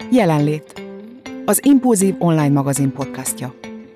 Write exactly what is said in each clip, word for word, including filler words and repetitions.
Jelenlét. Az Impulzív online magazin podcastja.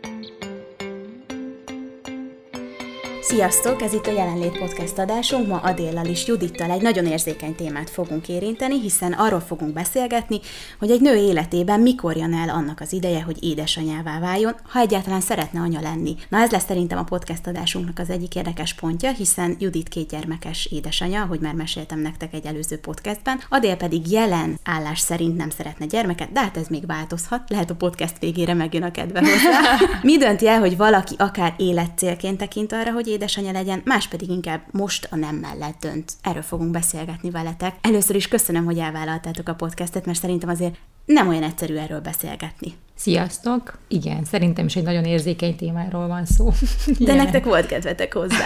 Sziasztok! Ez itt a Jelenlét podcast adásunk. Ma Adéllal és Judittal egy nagyon érzékeny témát fogunk érinteni, hiszen arról fogunk beszélgetni, hogy egy nő életében mikor jön el annak az ideje, hogy édesanyává váljon, ha egyáltalán szeretne anya lenni. Na ez lesz szerintem a podcast adásunknak az egyik érdekes pontja, hiszen Judit kétgyermekes édesanya, ahogy már meséltem nektek egy előző podcastben, Adél pedig jelen állás szerint nem szeretne gyermeket, de hát ez még változhat, lehet a podcast végére megjön a kedve hozzá. Mi dönti el, hogy valaki akár életcélként tekint arra, hogy édesanyja legyen, más pedig inkább most a nem mellett dönt. Erről fogunk beszélgetni veletek. Először is köszönöm, hogy elvállaltátok a podcastet, mert szerintem azért nem olyan egyszerű erről beszélgetni. Sziasztok! Igen, szerintem is egy nagyon érzékeny témáról van szó. De Jelen. Nektek volt kedvetek hozzá.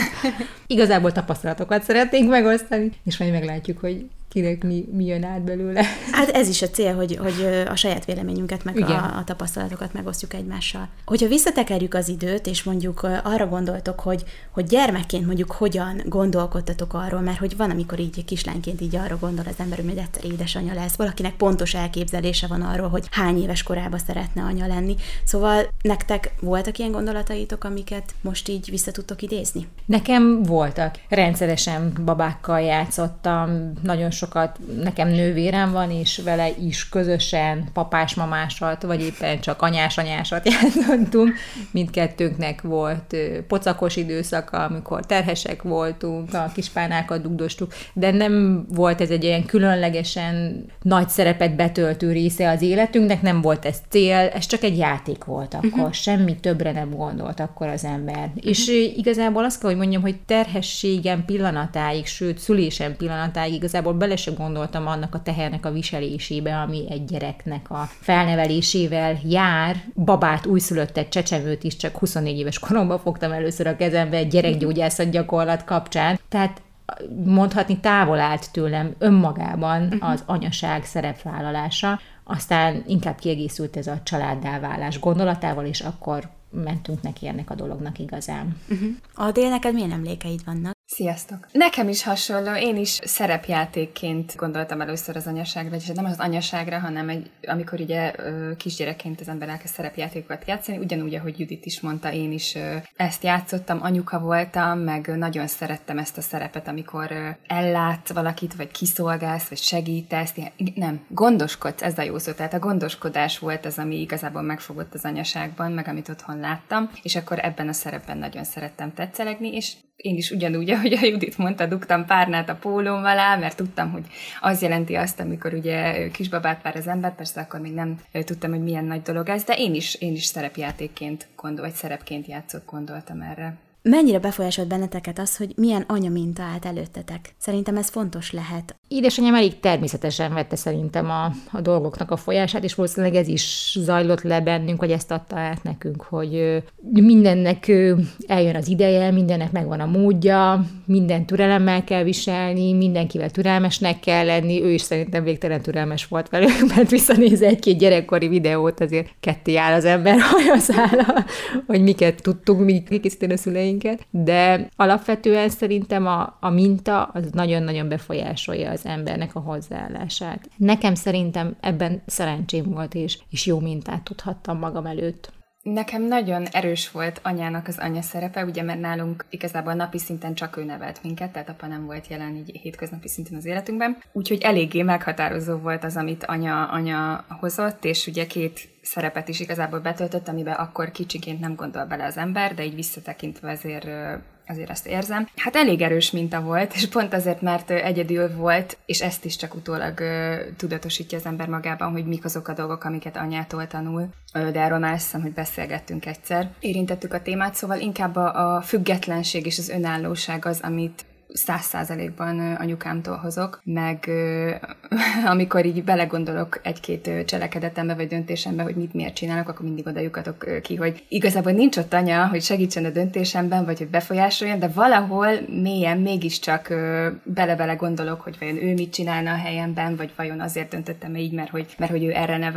Igazából tapasztalatokat szeretnénk megosztani, és majd meglátjuk, hogy kinek mi, mi jön át belőle. Hát ez is a cél, hogy, hogy a saját véleményünket, meg a, a tapasztalatokat megosztjuk egymással. Hogyha visszatekerjük az időt, és mondjuk arra gondoltok, hogy, hogy gyermekként mondjuk hogyan gondolkodtatok arról, mert hogy van, amikor így kislányként így arra gondol az ember, hogy egyszer édesanyja lesz, valakinek pontos elképzelése van arról, hogy hány éves korában szeretne anya lenni. Szóval nektek voltak ilyen gondolataitok, amiket most így vissza tudtok idézni? Nekem voltak. Rendszeresen babákkal játszottam, nagyon sokat, nekem nővérem van, és vele is közösen papás-mamásat, vagy éppen csak anyás-anyásat játszottunk. Mindkettőnknek volt pocakos időszaka, amikor terhesek voltunk, a kispánákat dugdostuk, de nem volt ez egy ilyen különlegesen nagy szerepet betöltő része az életünknek, nem volt ez cél, ez csak egy játék volt akkor, uh-huh. Semmi többre nem gondolt akkor az ember. Uh-huh. És igazából azt kell, hogy mondjam, hogy terhességem pillanatáig, sőt, szülésem pillanatáig igazából bele sem gondoltam annak a tehernek a viselésébe, ami egy gyereknek a felnevelésével jár. Babát, újszülöttet, csecsemőt is csak huszonnégy éves koromban fogtam először a kezembe egy gyerekgyógyászat gyakorlat kapcsán. Tehát mondhatni távol állt tőlem önmagában az anyaság szerepvállalása. Aztán inkább kiegészült ez a családdá válás gondolatával, és akkor mentünk neki ennek a dolognak igazán. Uh-huh. Adél, neked milyen emlékeid vannak? Sziasztok! Nekem is hasonló, én is szerepjátékként gondoltam először az anyaságra, vagyis nem az anyaságra, hanem egy, amikor ugye kisgyerekként az ember elkezd szerepjátékokat játszani, ugyanúgy, ahogy Judit is mondta, én is ezt játszottam, anyuka voltam, meg nagyon szerettem ezt a szerepet, amikor ellátsz valakit, vagy kiszolgálsz, vagy segítesz, nem, gondoskodsz, ez a jó szó, tehát a gondoskodás volt az, ami igazából megfogott az anyaságban, meg amit otthon láttam, és akkor ebben a szerepben nagyon szerettem tetszelegni, és én is ugyanúgy, ahogy a Judit mondta, dugtam párnát a pólóm alá, mert tudtam, hogy az jelenti azt, amikor ugye kisbabát vár az ember, persze akkor még nem tudtam, hogy milyen nagy dolog ez, de én is, én is szerepjátékként gondol, vagy szerepként játszott, gondoltam erre. Mennyire befolyásolt benneteket az, hogy milyen anyaminta állt előttetek? Szerintem ez fontos lehet. Édesanyám elég természetesen vette szerintem a, a dolgoknak a folyását, és valószínűleg ez is zajlott le bennünk, vagy ezt adta át nekünk, hogy mindennek eljön az ideje, mindennek megvan a módja, minden türelemmel kell viselni, mindenkivel türelmesnek kell lenni, ő is szerintem végtelen türelmes volt velünk, mert visszanéz egy-két gyerekkori videót, azért ketté áll az ember hajaszála, hogy miket tudtunk, mi készíteni a szüleinket, de alapvetően szerintem a, a minta az nagyon-nagyon befolyásolja az embernek a hozzáállását. Nekem szerintem ebben szerencsém volt, és, és jó mintát tudhattam magam előtt. Nekem nagyon erős volt anyának az anya szerepe, ugye, mert nálunk igazából napi szinten csak ő nevelt minket, tehát apa nem volt jelen így hétköznapi szinten az életünkben, úgyhogy eléggé meghatározó volt az, amit anya, anya hozott, és ugye két szerepet is igazából betöltött, amiben akkor kicsiként nem gondol bele az ember, de így visszatekintve azért azért azt érzem. Hát elég erős minta volt, és pont azért, mert egyedül volt, és ezt is csak utólag uh, tudatosítja az ember magában, hogy mik azok a dolgok, amiket anyától tanul. Uh, de erről már azt hiszem, hogy beszélgettünk egyszer. Érintettük a témát, szóval inkább a, a függetlenség és az önállóság az, amit száz százalékban anyukámtól hozok, meg amikor így belegondolok egy-két cselekedetembe vagy döntésembe, hogy mit miért csinálok, akkor mindig oda lyukatok ki, hogy igazából nincs ott anya, hogy segítsen a döntésemben, vagy hogy befolyásoljon, de valahol mélyen mégiscsak bele-bele gondolok, hogy vajon ő mit csinálna a helyemben, vagy vajon azért döntöttem így, mert hogy, mert hogy ő erre nevelt.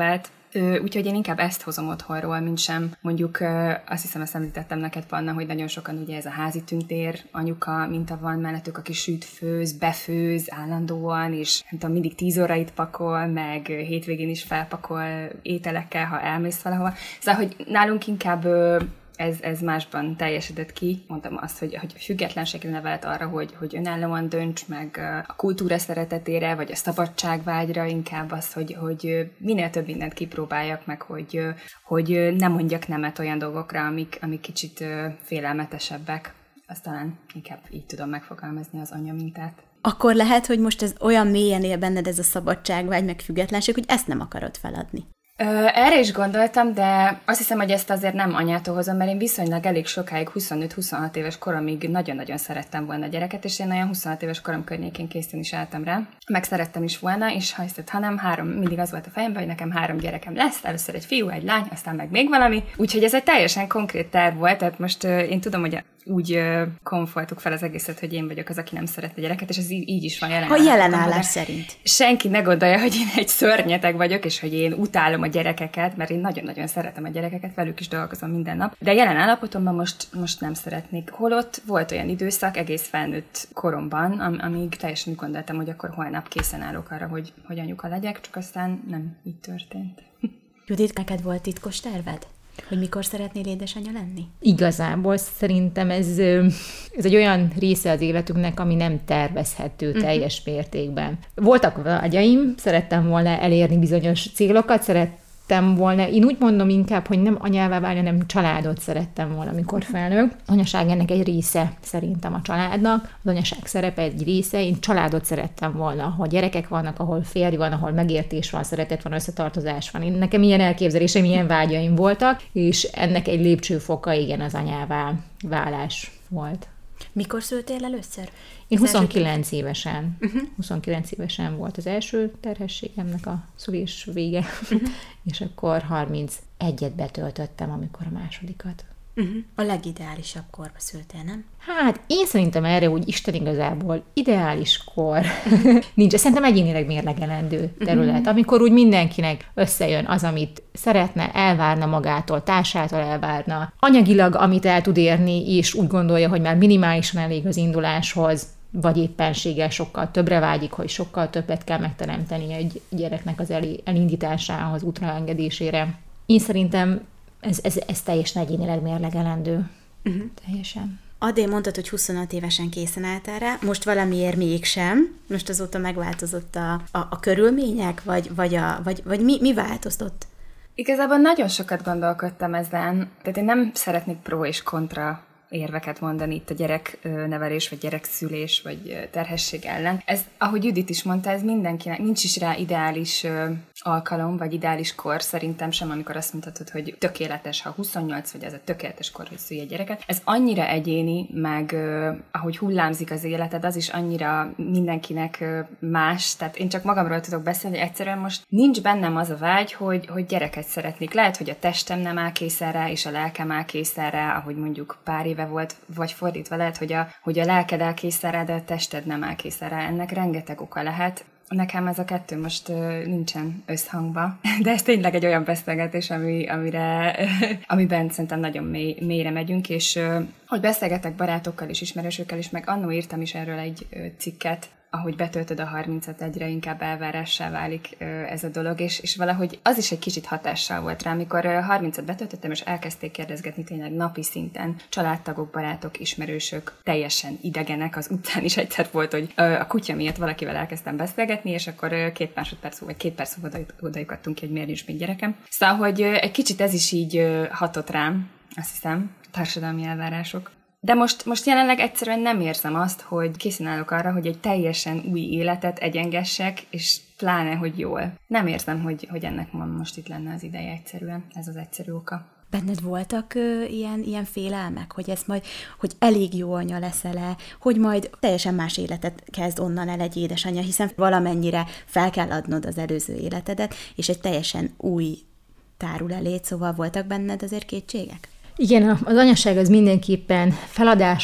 Úgyhogy én inkább ezt hozom otthonról, mint sem mondjuk, azt hiszem, ezt említettem neked, Panna, hogy nagyon sokan ugye ez a házi tündér anyuka minta van mellettük, aki süt, főz, befőz állandóan, és nem tudom, mindig tíz órait pakol, meg hétvégén is felpakol ételekkel, ha elmész valahova. Szóval, hogy nálunk inkább Ez, ez másban teljesedett ki. Mondtam azt, hogy, hogy függetlenségre nevelt arra, hogy, hogy önállóan dönts meg a kultúra szeretetére, vagy a szabadságvágyra, inkább az, hogy, hogy minél több mindent kipróbáljak meg, hogy, hogy nem mondjak nemet olyan dolgokra, amik, amik kicsit félelmetesebbek. Azt talán inkább így tudom megfogalmazni az anyamintát. Akkor lehet, hogy most ez olyan mélyen él benned ez a szabadságvágy, meg függetlenség, hogy ezt nem akarod feladni. Erre is gondoltam, de azt hiszem, hogy ezt azért nem anyától hozom, mert én viszonylag elég sokáig, huszonöt-huszonhat éves koromig nagyon-nagyon szerettem volna a gyereket, és én olyan huszonhat éves korom környékén készen is álltam rá. Meg szerettem is volna, és ha hiszed, hanem három, mindig az volt a fejemben, hogy nekem három gyerekem lesz, először egy fiú, egy lány, aztán meg még valami. Úgyhogy ez egy teljesen konkrét terv volt, tehát most uh, én tudom, hogy úgy uh, konfoltuk fel az egészet, hogy én vagyok az, aki nem szeretne gyereket, és ez így, így is van jelen. A jelenállás szerint. Senki ne gondolja, hogy én egy szörnyeteg vagyok, és hogy én utálom a gyerekeket, mert én nagyon-nagyon szeretem a gyerekeket, velük is dolgozom minden nap. De jelen állapotomban most, most nem szeretnék. Holott volt olyan időszak egész felnőtt koromban, am- amíg teljesen úgy gondoltam, hogy akkor holnap készen állok arra, hogy, hogy anyuka legyek, csak aztán nem így történt. Judit, neked volt titkos terved? Hogy mikor szeretnél édesanyja lenni? Igazából szerintem ez, ez egy olyan része az életünknek, ami nem tervezhető teljes mértékben. Voltak vágyaim, szerettem volna elérni bizonyos célokat, szerettem volna, én úgy mondom inkább, hogy nem anyává válni, hanem családot szerettem volna, amikor felnőtt. Az anyaság ennek egy része szerintem a családnak, az anyaság szerepe egy része, én családot szerettem volna, ahol gyerekek vannak, ahol férj van, ahol megértés van, szeretet van, összetartozás van. Én, nekem ilyen elképzeléseim, ilyen vágyaim voltak, és ennek egy lépcsőfoka, igen, az anyává válás volt. Mikor szültél először? Én huszonkilenc évesen. Uh-huh. huszonkilenc évesen volt az első terhességemnek a szülés vége, uh-huh. és akkor harmincegyet betöltöttem, amikor a másodikat. Uh-huh. A legideálisabb korba szültél, nem? Hát én szerintem erre úgy Isten igazából ideális kor nincs. Szerintem egyénileg mérlegelendő terület, uh-huh. amikor úgy mindenkinek összejön az, amit szeretne, elvárna magától, társától elvárna, anyagilag, amit el tud érni, és úgy gondolja, hogy már minimálisan elég az induláshoz, vagy éppenséggel sokkal többre vágyik, hogy sokkal többet kell megteremteni egy gyereknek az elindításához, útraengedésére. Én szerintem ez, ez, ez teljesen egyénileg mérlegelendő. Uh-huh. Teljesen. Adél mondtad, hogy huszonöt évesen készen álltál rá, most valamiért mégsem. Most azóta megváltozott a, a, a körülmények, vagy, vagy, a, vagy, vagy mi, mi változott? Igazából nagyon sokat gondolkodtam ezen. Tehát én nem szeretnék pro és kontra érveket mondani itt a gyereknevelés, vagy gyerekszülés, vagy terhesség ellen. Ez, ahogy Judit is mondta, ez mindenkinek, nincs is rá ideális alkalom, vagy ideális kor, szerintem sem, amikor azt mondhatod, hogy tökéletes, ha huszonnyolc, vagy ez a tökéletes kor, hogy szülj egy gyereket. Ez annyira egyéni, meg ahogy hullámzik az életed, az is annyira mindenkinek más. Tehát én csak magamról tudok beszélni, hogy egyszerűen most nincs bennem az a vágy, hogy, hogy gyereket szeretnék. Lehet, hogy a testem nem áll készen rá, és a lelkem áll készen rá, ahogy mondjuk pár éve volt, vagy fordítva lehet, hogy a, hogy a lelked áll készen rá, de a tested nem áll készen rá. Ennek rengeteg oka lehet. Nekem ez a kettő most uh, nincsen összhangba, de ez tényleg egy olyan beszélgetés, ami, amire, amiben szerintem nagyon mély, mélyre megyünk, és uh, hogy beszélgetek barátokkal és ismerősökkel is, meg annó írtam is erről egy uh, cikket, ahogy betöltöd a harmincat, egyre inkább elvárássá válik ez a dolog, és, és valahogy az is egy kicsit hatással volt rá, amikor harmincat betöltöttem, és elkezdték kérdezgetni tényleg napi szinten, családtagok, barátok, ismerősök, teljesen idegenek, az utcán is egyszer volt, hogy a kutya miatt valakivel elkezdtem beszélgetni, és akkor két másodperc, vagy két perc odajuk adtunk ki, hogy miért nincs még gyerekem. Szóval, hogy egy kicsit ez is így hatott rám, azt hiszem, társadalmi elvárások. De most, most jelenleg egyszerűen nem érzem azt, hogy készen állok arra, hogy egy teljesen új életet egyengessek, és pláne, hogy jól. Nem érzem, hogy, hogy ennek most itt lenne az ideje egyszerűen. Ez az egyszerű oka. Benned voltak ö, ilyen, ilyen félelmek, hogy ez majd, hogy elég jó anya leszel-e, hogy majd teljesen más életet kezd onnan el egy édesanyja, hiszen valamennyire fel kell adnod az előző életedet, és egy teljesen új tárul eléd, szóval voltak benned azért kétségek? Igen, az anyaság az mindenképpen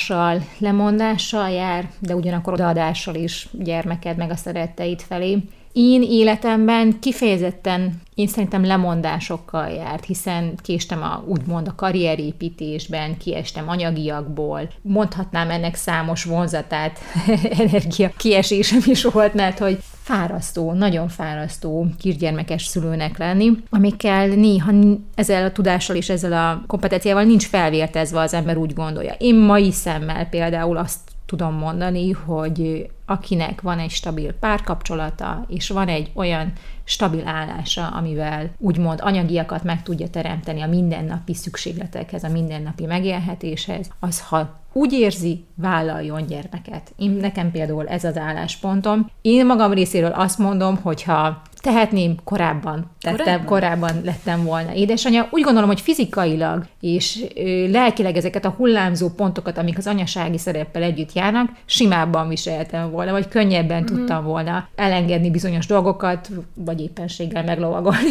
feladással, lemondással jár, de ugyanakkor odaadással is gyermeked meg a szeretteid felé. én életemben kifejezetten, én szerintem lemondásokkal járt, hiszen késtem a, úgymond a karrierépítésben, kiestem anyagiakból, mondhatnám ennek számos vonzatát, energia kiesésem is volt, mert hogy fárasztó, nagyon fárasztó kisgyermekes szülőnek lenni, amikkel néha ezzel a tudással és ezzel a kompetenciával nincs felvértezve, az ember úgy gondolja. Én mai szemmel például azt tudom mondani, hogy akinek van egy stabil párkapcsolata, és van egy olyan stabil állása, amivel úgymond anyagiakat meg tudja teremteni a mindennapi szükségletekhez, a mindennapi megélhetéshez, az ha úgy érzi, vállaljon gyermeket. Én, nekem például ez az álláspontom. Én magam részéről azt mondom, hogyha tehetném, korábban tettem, korábban? korábban lettem volna édesanyja. Úgy gondolom, hogy fizikailag és ö, lelkileg ezeket a hullámzó pontokat, amik az anyasági szereppel együtt járnak, simábban viseltem volna, vagy könnyebben mm-hmm. tudtam volna elengedni bizonyos dolgokat, vagy éppenséggel meglovagolni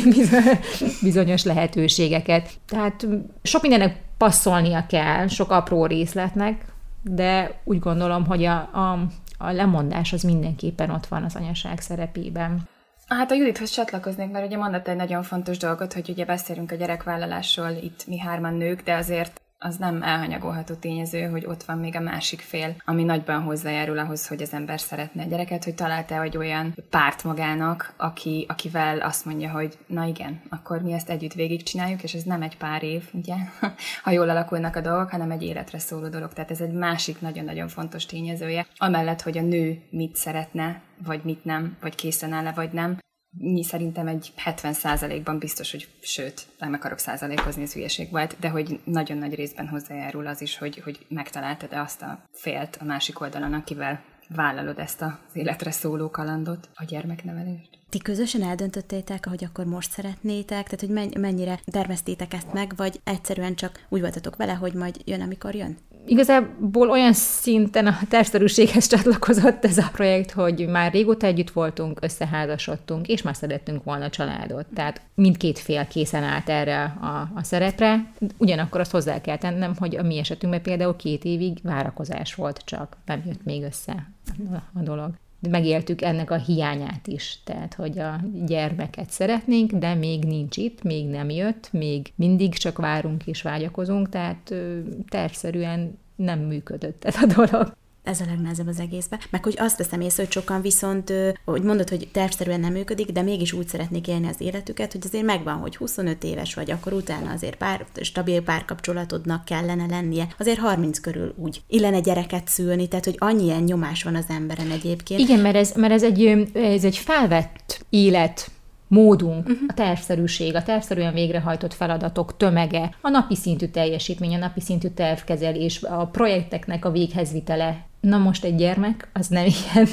bizonyos lehetőségeket. Tehát sok mindennek passzolnia kell, sok apró részletnek, de úgy gondolom, hogy a, a, a lemondás az mindenképpen ott van az anyaság szerepében. Hát a Judithoz csatlakoznék, mert ugye mondott egy nagyon fontos dolgot, hogy ugye beszélünk a gyerekvállalásról, itt mi hárman nők, de azért az nem elhanyagolható tényező, hogy ott van még a másik fél, ami nagyban hozzájárul ahhoz, hogy az ember szeretne egy gyereket, hogy találta egy olyan párt magának, aki, akivel azt mondja, hogy na igen, akkor mi ezt együtt végigcsináljuk, és ez nem egy pár év, ugye, ha jól alakulnak a dolgok, hanem egy életre szóló dolog. Tehát ez egy másik nagyon-nagyon fontos tényezője. Amellett, hogy a nő mit szeretne, vagy mit nem, vagy készen áll-e, vagy nem. Szerintem egy hetven százalékban biztos, hogy sőt, nem akarok százalékozni, ez hülyeség volt, de hogy nagyon nagy részben hozzájárul az is, hogy, hogy megtaláltad-e azt a félt a másik oldalon, akivel vállalod ezt az életre szóló kalandot, a gyermeknevelést. Ti közösen eldöntöttétek, hogy akkor most szeretnétek, tehát hogy mennyire terveztétek ezt meg, vagy egyszerűen csak úgy voltatok vele, hogy majd jön, amikor jön? Igazából olyan szinten a tervszerűséghez csatlakozott ez a projekt, hogy már régóta együtt voltunk, összeházasodtunk, és már szerettünk volna családot. Tehát mindkét fél készen állt erre a, a szerepre. Ugyanakkor azt hozzá kell tennem, hogy a mi esetünkben például két évig várakozás volt csak. Nem jött még össze a dolog. Megéltük ennek a hiányát is, tehát, hogy a gyermeket szeretnénk, de még nincs itt, még nem jött, még mindig csak várunk és vágyakozunk, tehát tervszerűen nem működött ez a dolog. Ez a legnehezebb az egészben. Meg hogy azt veszem észre, hogy sokan viszont, hogy mondod, hogy tervszerűen nem működik, de mégis úgy szeretnék élni az életüket, hogy azért megvan, hogy huszonöt éves vagy, akkor utána azért pár, stabil párkapcsolatodnak kellene lennie. Azért harminc körül úgy illene gyereket szülni, tehát hogy annyi ilyen nyomás van az emberen egyébként. Igen, mert ez, mert ez, egy, ez egy felvett élet módunk, uh-huh. a tervszerűség, a tervszerűen végrehajtott feladatok tömege, a napi szintű teljesítmény, a napi szintű tervkezelés, a projekteknek a véghezvitele. Na most egy gyermek, az nem ilyen,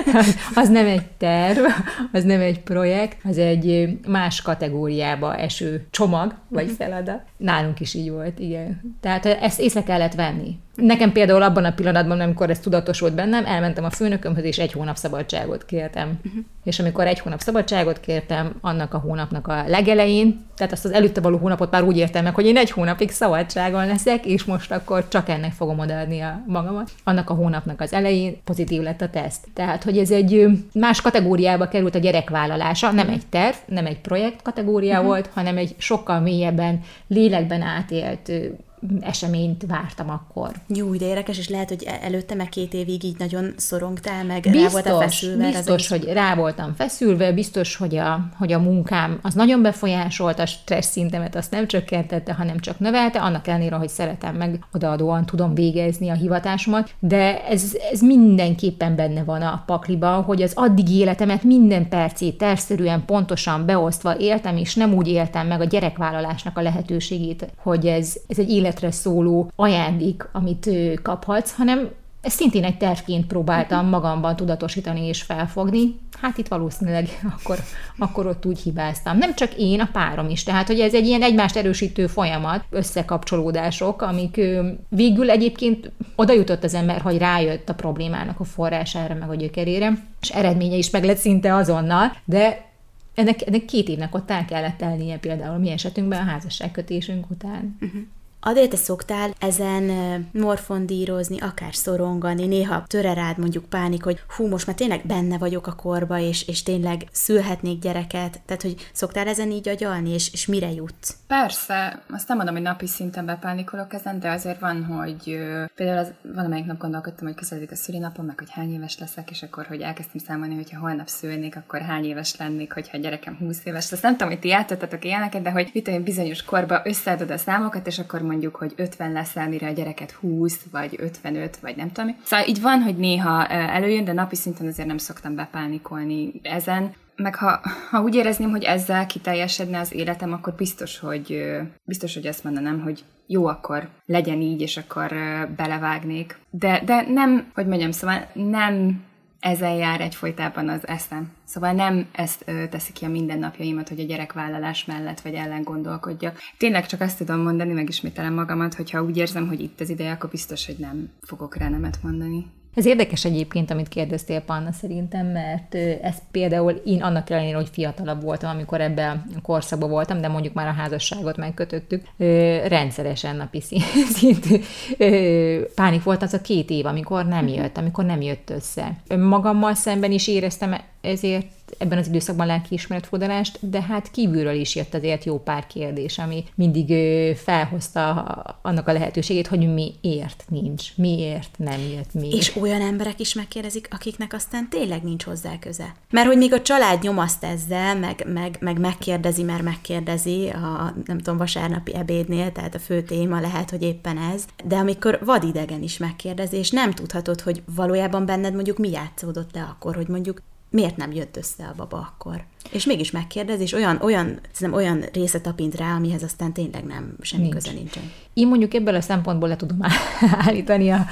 az nem egy terv, az nem egy projekt, az egy más kategóriába eső csomag, vagy feladat. Nálunk is így volt, igen. Tehát ezt észre kellett venni. Nekem például abban a pillanatban, amikor ez tudatosult bennem, elmentem a főnökömhöz, és egy hónap szabadságot kértem. Uh-huh. És amikor egy hónap szabadságot kértem, annak a hónapnak a legelején, tehát azt az előtte való hónapot már úgy értem meg, hogy én egy hónapig szabadságon leszek, és most akkor csak ennek fogom odaadni a magamat. Annak a hónapnak az elején pozitív lett a teszt. Tehát, hogy ez egy más kategóriába került a gyerekvállalása, nem egy terv, nem egy projekt kategória uh-huh. volt, hanem egy sokkal mélyebben, lélekben átélt eseményt vártam akkor. Jó, de érdekes, és lehet, hogy előtte meg két évig így nagyon szorongtál, meg biztos, rá voltál feszülve. Biztos, hogy rá voltam feszülve, biztos, hogy a, hogy a munkám az nagyon befolyásolta, a stressz szintemet azt nem csökkentette, hanem csak növelte, annak ellenére, hogy szeretem meg odaadóan tudom végezni a hivatásomat, de ez, ez mindenképpen benne van a pakliban, hogy az addigi életemet minden percét tervszerűen, pontosan beosztva éltem, és nem úgy éltem meg a gyerekvállalásnak a lehetőségét, hogy ez, ez egy életre szóló ajándék, amit kaphatsz, hanem ezt szintén egy tervként próbáltam magamban tudatosítani és felfogni. Hát itt valószínűleg akkor, akkor ott úgy hibáztam. Nem csak én, a párom is. Tehát, hogy ez egy ilyen egymást erősítő folyamat, összekapcsolódások, amik végül egyébként oda jutott az ember, hogy rájött a problémának a forrására, meg a gyökerére, és eredménye is meg lett szinte azonnal, de ennek, ennek két évnek ott el kellett telnie például a mi esetünkben a házasságkötésünk után. Uh-huh. Adél, te szoktál ezen morfondírozni, akár szorongani, néha töre rád mondjuk pánik, hogy hú, most már tényleg benne vagyok a korba, és, és tényleg szülhetnék gyereket, tehát hogy szoktál ezen így agyalni, és, és mire jutsz? Persze, azt nem mondom, hogy napi szinten bepánikolok ezen, de azért van, hogy például az, valamelyik nap gondolkodtam, hogy közeledik a szülinapom, meg hogy hány éves leszek, és akkor, hogy elkezdtem számolni, hogyha holnap szülnék, akkor hány éves lennék, hogyha a gyerekem húsz éves lesz. Nem tudom, hogy ti játszottatok ilyeneket, de hogy itt olyan bizonyos korba összeadod a számokat, és akkor mondjuk, hogy ötven leszel, mire a gyereket húsz, vagy ötvenöt, vagy nem tudom. Szóval így van, hogy néha előjön, de napi szinten azért nem szoktam bepánikolni ezen. Meg ha, ha úgy érezném, hogy ezzel kiteljesedne az életem, akkor biztos, hogy biztos, hogy azt mondanám, hogy jó, akkor legyen így, és akkor belevágnék. De, de nem, hogy mondjam, szóval nem ezen jár egyfolytában az eszem. Szóval nem ezt ö, teszi ki a mindennapjaimat, hogy a gyerekvállalás mellett vagy ellen gondolkodjak. Tényleg csak azt tudom mondani, megismételem magamat, hogyha úgy érzem, hogy itt az ideje, akkor biztos, hogy nem fogok rá nemet mondani. Ez érdekes egyébként, amit kérdeztél, Panna, szerintem, mert ez például én annak ellenére, hogy fiatalabb voltam, amikor ebben a korszakban voltam, de mondjuk már a házasságot megkötöttük, rendszeresen napi szintű pánik volt az a két év, amikor nem jött, amikor nem jött össze. Magammal szemben is éreztem ezért ebben az időszakban lelkiismeretfordulást, de hát kívülről is jött azért jó pár kérdés, ami mindig felhozta annak a lehetőségét, hogy miért nincs, miért nem jött még. És olyan emberek is megkérdezik, akiknek aztán tényleg nincs hozzá köze. Mert hogy még a család nyomaszt ezzel, meg, meg, meg megkérdezi, mert megkérdezi a, nem tudom, vasárnapi ebédnél, tehát a fő téma lehet, hogy éppen ez, de amikor vadidegen is megkérdezi, és nem tudhatod, hogy valójában benned mondjuk mi játszódott le akkor, hogy mondjuk miért nem jött össze a baba akkor. És mégis megkérdez, és olyan, olyan, olyan része tapint rá, amihez aztán tényleg nem, semmi Nincs. köze nincsen. Én mondjuk ebből a szempontból le tudom állítani a,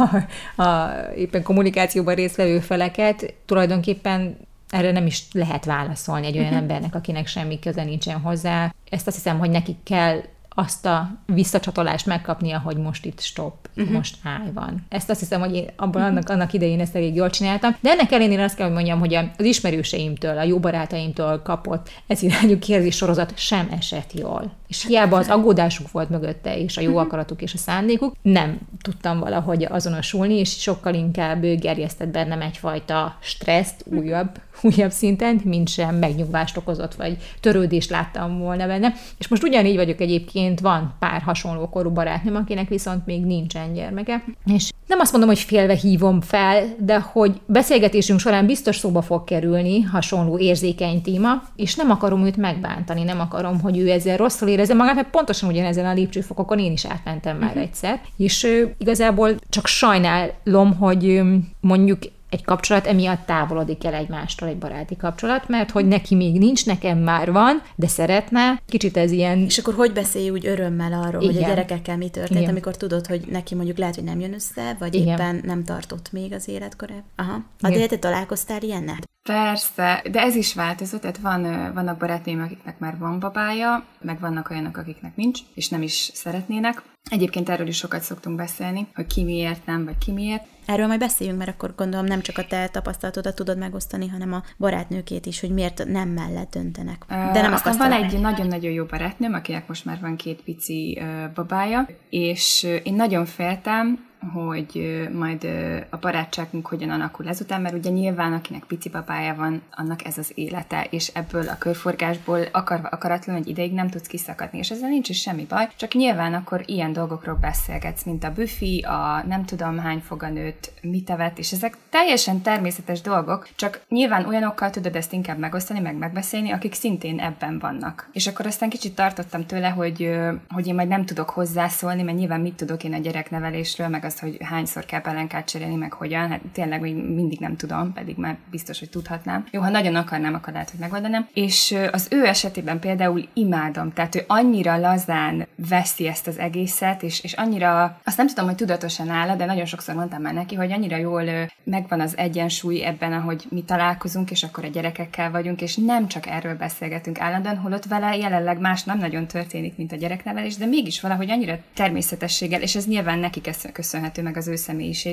a, a éppen kommunikációban résztvevő feleket. Tulajdonképpen erre nem is lehet válaszolni egy olyan uh-huh. embernek, akinek semmi köze nincsen hozzá. Ezt azt hiszem, hogy nekik kell azt a visszacsatolást megkapnia, hogy most itt stop, uh-huh. most állj van. Ezt azt hiszem, hogy én abban uh-huh. annak, annak idején ezt elég jól csináltam, de ennek ellenére azt kell, hogy mondjam, hogy az ismerőseimtől, a jó barátaimtól kapott ez irányú kérdés sorozat sem esett jól. És hiába az aggódásuk volt mögötte, és a jó akaratuk és a szándékuk, nem tudtam valahogy azonosulni, és sokkal inkább gerjesztett bennem egyfajta stresszt, újabb, újabb szinten, mint sem megnyugvást okozott, vagy törődést láttam volna benne. És most ugyanígy vagyok egyébként, van pár hasonló korú barátnőm, akinek viszont még nincsen gyermeke. És nem azt mondom, hogy félve hívom fel, de hogy beszélgetésünk során biztos szóba fog kerülni hasonló érzékeny téma, és nem akarom őt megbántani, nem akarom, hogy ő ezzel rosszul érezze magát, mert pontosan ugyanezen a lépcsőfokokon én is átmentem már uh-huh. egyszer. És ő, igazából csak sajnálom, hogy mondjuk egy kapcsolat emiatt távolodik el egymástól, egy baráti kapcsolat, mert hogy neki még nincs, nekem már van, de szeretne. Kicsit ez ilyen... És akkor hogy beszélj úgy örömmel arról, Igen. hogy a gyerekekkel mi történt, Igen. amikor tudod, hogy neki mondjuk lehet, hogy nem jön össze, vagy Igen. éppen nem tartott még az életkorában? Aha. Adél, te találkoztál ilyennel? Persze, de ez is változott, tehát van, vannak barátnőim, akiknek már van babája, meg vannak olyanok, akiknek nincs, és nem is szeretnének. Egyébként erről is sokat szoktunk beszélni, hogy ki miért nem, vagy ki miért. Erről majd beszéljünk, mert akkor gondolom nem csak a te tapasztalatodat tudod megosztani, hanem a barátnőkét is, hogy miért nem mellett döntenek. De nem Aztán van egy nagyon-nagyon jó barátnőm, akinek most már van két pici uh, babája, és uh, én nagyon féltem, hogy uh, majd uh, a barátságunk hogyan alakul ezután, mert ugye nyilván akinek pici babája van, annak ez az élete, és ebből a körforgásból akarva akaratlan egy ideig nem tudsz kiszakadni, és ezzel nincs is semmi baj, csak nyilván akkor ilyen dolgokról beszélgetsz, mint a büfi, a nem tudom hány foganőt, mit evett, és ezek teljesen természetes dolgok, csak nyilván olyanokkal tudod ezt inkább megosztani, meg megbeszélni, akik szintén ebben vannak. És akkor aztán kicsit tartottam tőle, hogy, hogy én majd nem tudok hozzászólni, mert nyilván mit tudok én a gyereknevelésről, meg azt, hogy hányszor kell pelenkát cserélni, meg hogyan, hát tényleg még mindig nem tudom, pedig már biztos, hogy tudhatnám. Jó, ha nagyon akarnám, akkor lehet, hogy megoldanám. És az ő esetében például imádom, tehát ő annyira lazán veszi ezt az egészet, és, és annyira, azt nem tudom, hogy tudatosan áll, de nagyon sokszor mondtam már neki, hogy annyira jól megvan az egyensúly ebben, ahogy mi találkozunk, és akkor a gyerekekkel vagyunk, és nem csak erről beszélgetünk állandóan, holott vele jelenleg más nem nagyon történik, mint a gyereknevelés, de mégis valahogy annyira természetességgel, és ez nyilván neki köszönhető meg az ő személyiségének,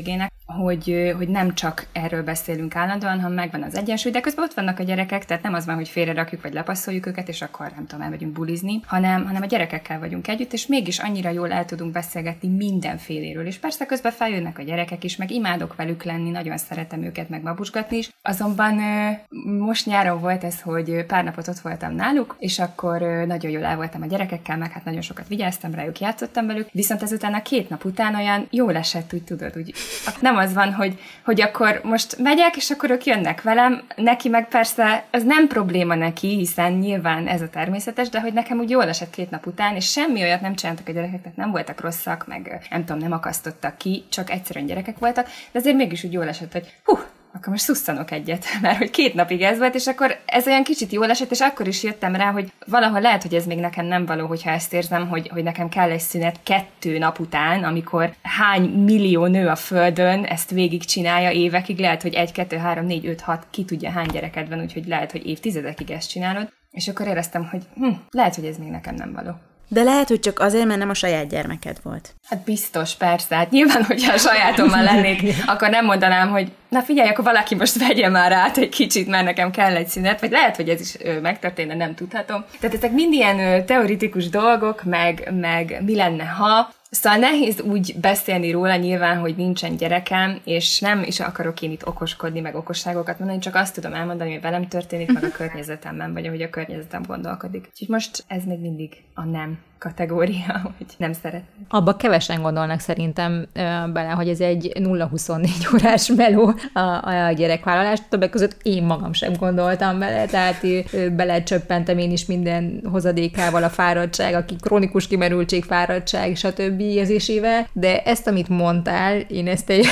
hogy, hogy nem csak erről beszélünk állandóan, hanem megvan az egyensúly, de közben ott vannak a gyerekek, tehát nem az van, hogy félrerakjuk, vagy lepasszoljuk őket, és akkor nem tudom, elmegyünk bulizni, hanem, hanem a gyerekekkel vagyunk együtt, és mégis annyira jól el tudunk beszélgetni mindenféléről. És persze közben feljönnek a gyerekek is, meg imádok velük lenni, nagyon szeretem őket meg babusgatni is. Azonban most nyáron volt ez, hogy pár napot ott voltam náluk, és akkor nagyon jól el voltam a gyerekekkel, meg hát nagyon sokat vigyáztam rájuk, játszottam velük, viszont ezután a két nap után olyan jól esett, úgy tudod, úgy nem az van, hogy, hogy akkor most megyek, és akkor ők jönnek velem, neki meg persze ez nem probléma neki, hiszen nyilván ez a természetes, de hogy nekem úgy jól esett két nap után, és semmi olyat nem csináltak a gyerekek, tehát nem voltak rosszak, meg nem tudom, nem akasztottak ki, csak egyszerűen gyerekek voltak, de azért mégis úgy jól esett, hogy hú, akkor most szusszanok egyet, mert hogy két napig ez volt, és akkor ez olyan kicsit jól esett, és akkor is jöttem rá, hogy valahol lehet, hogy ez még nekem nem való, hogyha ezt érzem, hogy, hogy nekem kell egy szünet kettő nap után, amikor hány millió nő a földön ezt végigcsinálja évekig, lehet, hogy egy, kettő, három, négy, öt, hat, ki tudja hány gyereked van, úgyhogy lehet, hogy évtizedekig ezt csinálod, és akkor éreztem, hogy hm, lehet, hogy ez még nekem nem való. De lehet, hogy csak azért, mert nem a saját gyermeked volt. Hát biztos, persze. Hát nyilván, hogyha a sajátommal lennék, akkor nem mondanám, hogy na figyelj, akkor valaki most vegye már át egy kicsit, mert nekem kell egy szünet, vagy lehet, hogy ez is ö, megtörténne, nem tudhatom. Tehát ezek mind ilyen ö, teoretikus dolgok, meg, meg mi lenne, ha... Szóval nehéz úgy beszélni róla nyilván, hogy nincsen gyerekem, és nem is akarok én itt okoskodni, meg okosságokat mondani, csak azt tudom elmondani, hogy velem történik, meg a környezetemben, vagy ahogy a környezetem gondolkodik. Úgyhogy most ez még mindig a nem kategória, hogy nem szeretnék. Abba kevesen gondolnak szerintem bele, hogy ez egy nulla huszonnégy órás meló a, a gyerekvállalás. Többek között én magam sem gondoltam bele, tehát belecsöppentem én is minden hozadékával a fáradtság, aki krónikus kimerültség, fáradtság, stb. Érzésével, de ezt, amit mondtál, én ezt egy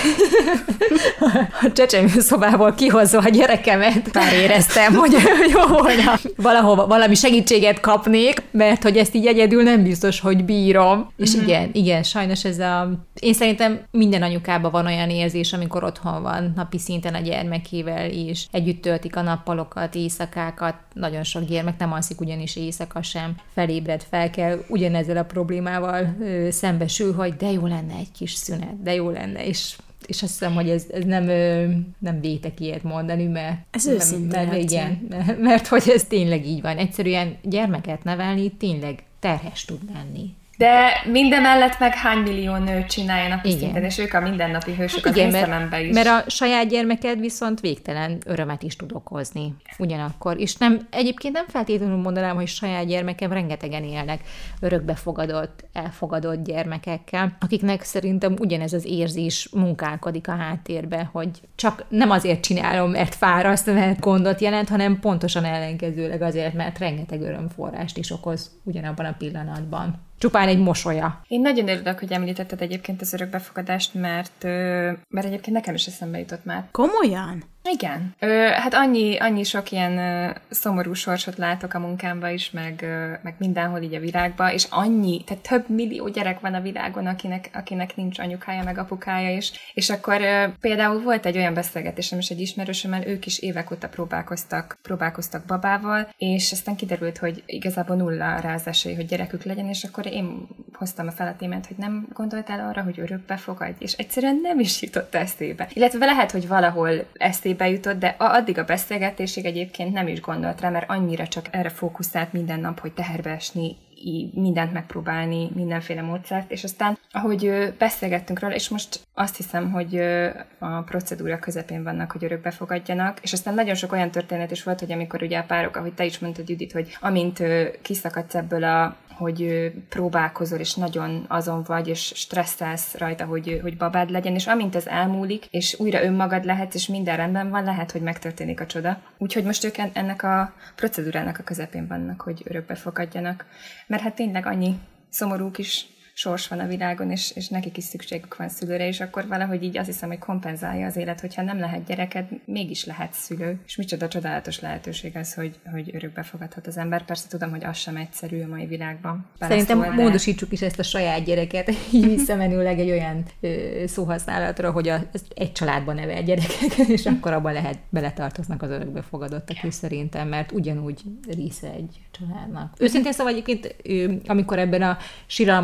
a csecsemőszobából kihozva a gyerekemet, már éreztem, hogy jó volna valahova valami segítséget kapnék, mert hogy ezt így egyedül nem biztos, hogy bírom. És mm-hmm. igen, igen, sajnos ez a... Én szerintem minden anyukában van olyan érzés, amikor otthon van napi szinten a gyermekével, és együtt töltik a nappalokat, éjszakákat. Nagyon sok gyermek nem alszik ugyanis éjszaka sem. Felébred, fel kell, ugyanezzel a problémával ö, szembesül, hogy de jó lenne egy kis szünet, de jó lenne, és és azt hiszem, hogy ez, ez nem, nem vétek ilyet mondani, mert... Ez őszintén. Mert, igen, mert, mert hogy ez tényleg így van. Egyszerűen gyermeket nevelni tényleg terhes tud lenni. De mindemellett meg hány millió nőt csinálja napi szinten, és ők a mindennapi hősök az én szemembe is. Mert a saját gyermeked viszont végtelen örömet is tud okozni ugyanakkor. És nem, egyébként nem feltétlenül mondanám, hogy saját gyermekem rengetegen élnek örökbefogadott, elfogadott gyermekekkel, akiknek szerintem ugyanez az érzés munkálkodik a háttérbe, hogy csak nem azért csinálom, mert fáraszt, mert gondot jelent, hanem pontosan ellenkezőleg azért, mert rengeteg örömforrást is okoz ugyanabban a pillanatban. Csupán egy mosolya. Én nagyon örülök, hogy említetted egyébként az örökbefogadást, mert, mert egyébként nekem is eszembe jutott már. Komolyan? Igen. Ö, hát annyi, annyi sok ilyen ö, szomorú sorsot látok a munkámba is, meg, ö, meg mindenhol így a világban, és annyi, tehát több millió gyerek van a világon, akinek, akinek nincs anyukája, meg apukája is. És akkor ö, például volt egy olyan beszélgetésem is egy ismerősömmel, ők is évek óta próbálkoztak, próbálkoztak babával, és aztán kiderült, hogy igazából nulla rá az esély, hogy gyerekük legyen, és akkor én hoztam a fel a témát, hogy nem gondoltál arra, hogy örökbe fogadj, és egyszerűen nem is jutott eszébe. Illetve lehet, hogy valahol eszébe jutott, de addig a beszélgetésig egyébként nem is gondolt rá, mert annyira csak erre fókuszált minden nap, hogy teherbe esni, mindent megpróbálni, mindenféle módszert, és aztán, ahogy beszélgettünk róla, és most azt hiszem, hogy a procedúra közepén vannak, hogy örökbe fogadjanak, és aztán nagyon sok olyan történet is volt, hogy amikor ugye a párok, ahogy te is mondtad, Judit, hogy amint kiszakadsz ebből a hogy próbálkozol, és nagyon azon vagy, és stresszelsz rajta, hogy, hogy babád legyen, és amint ez elmúlik, és újra önmagad lehetsz, és minden rendben van, lehet, hogy megtörténik a csoda. Úgyhogy most ők ennek a procedúrának a közepén vannak, hogy örökbe fogadjanak. Mert hát tényleg annyi szomorú kis sors van a világon, és, és nekik is szükségük van szülőre, és akkor valahogy így azt hiszem, hogy kompenzálja az élet, hogyha nem lehet gyereked, mégis lehet szülő. És micsoda csodálatos lehetőség az, hogy, hogy örökbe fogadhat az ember. Persze tudom, hogy az sem egyszerű a mai világban. Szerintem Beleszól, módosítsuk de... is ezt a saját gyereket, így visszamenőleg egy olyan ö, szóhasználatra, hogy a, egy családban nevel gyerekek, és akkor abban lehet, beletartoznak az örökbe fogadottak is szerintem, mert ugyanúgy része egy családnak. Őszintén szóval egyébként, amikor ebben a siralmas két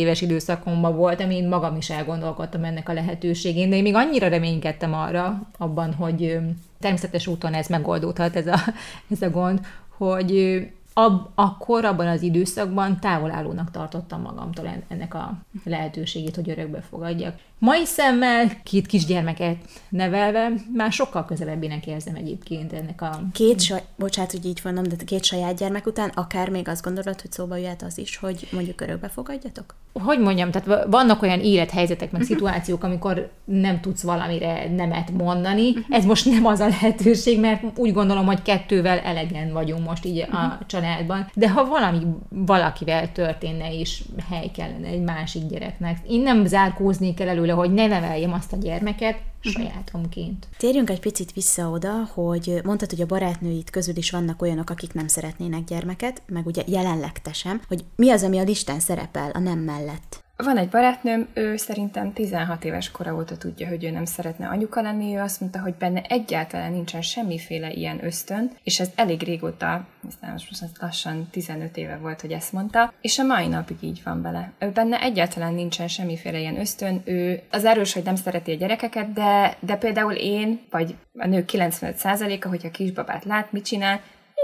éves időszakomban voltam, én magam is elgondolkodtam ennek a lehetőségén, de én még annyira reménykedtem arra, abban, hogy természetes úton ez megoldódhat, ez a, ez a gond, hogy ab, akkor, abban az időszakban távolállónak tartottam magamtól ennek a lehetőségét, hogy örökbe fogadjak. Mai szemmel két kisgyermeket nevelve már sokkal közelebbének érzem egyébként ennek a... Két saj... Bocsánat, hogy így mondom, de két saját gyermek után akár még azt gondolod, hogy szóba jöhet az is, hogy mondjuk örökbe fogadjatok? Hogy mondjam, tehát vannak olyan élethelyzetek, meg uh-huh. szituációk, amikor nem tudsz valamire nemet mondani. Uh-huh. Ez most nem az a lehetőség, mert úgy gondolom, hogy kettővel elegen vagyunk most így uh-huh. a családban. De ha valami valakivel történne, és hely kellene egy másik gyereknek, én nem zárkóznék el előle, hogy ne neveljem azt a gyermeket sajátomként. Térjünk egy picit vissza oda, hogy mondtad, hogy a barátnőid közül is vannak olyanok, akik nem szeretnének gyermeket, meg ugye jelenleg te sem, hogy mi az, ami a listán szerepel a nem mellett? Van egy barátnőm, ő szerintem tizenhat éves kora óta tudja, hogy ő nem szeretne anyuka lenni, ő azt mondta, hogy benne egyáltalán nincsen semmiféle ilyen ösztön, és ez elég régóta, most lassan tizenöt éve volt, hogy ezt mondta, és a mai napig így van vele. Ő benne egyáltalán nincsen semmiféle ilyen ösztön, ő az erős, hogy nem szereti a gyerekeket, de, de például én, vagy a nők kilencvenöt százaléka, hogyha kisbabát lát, mit csinál?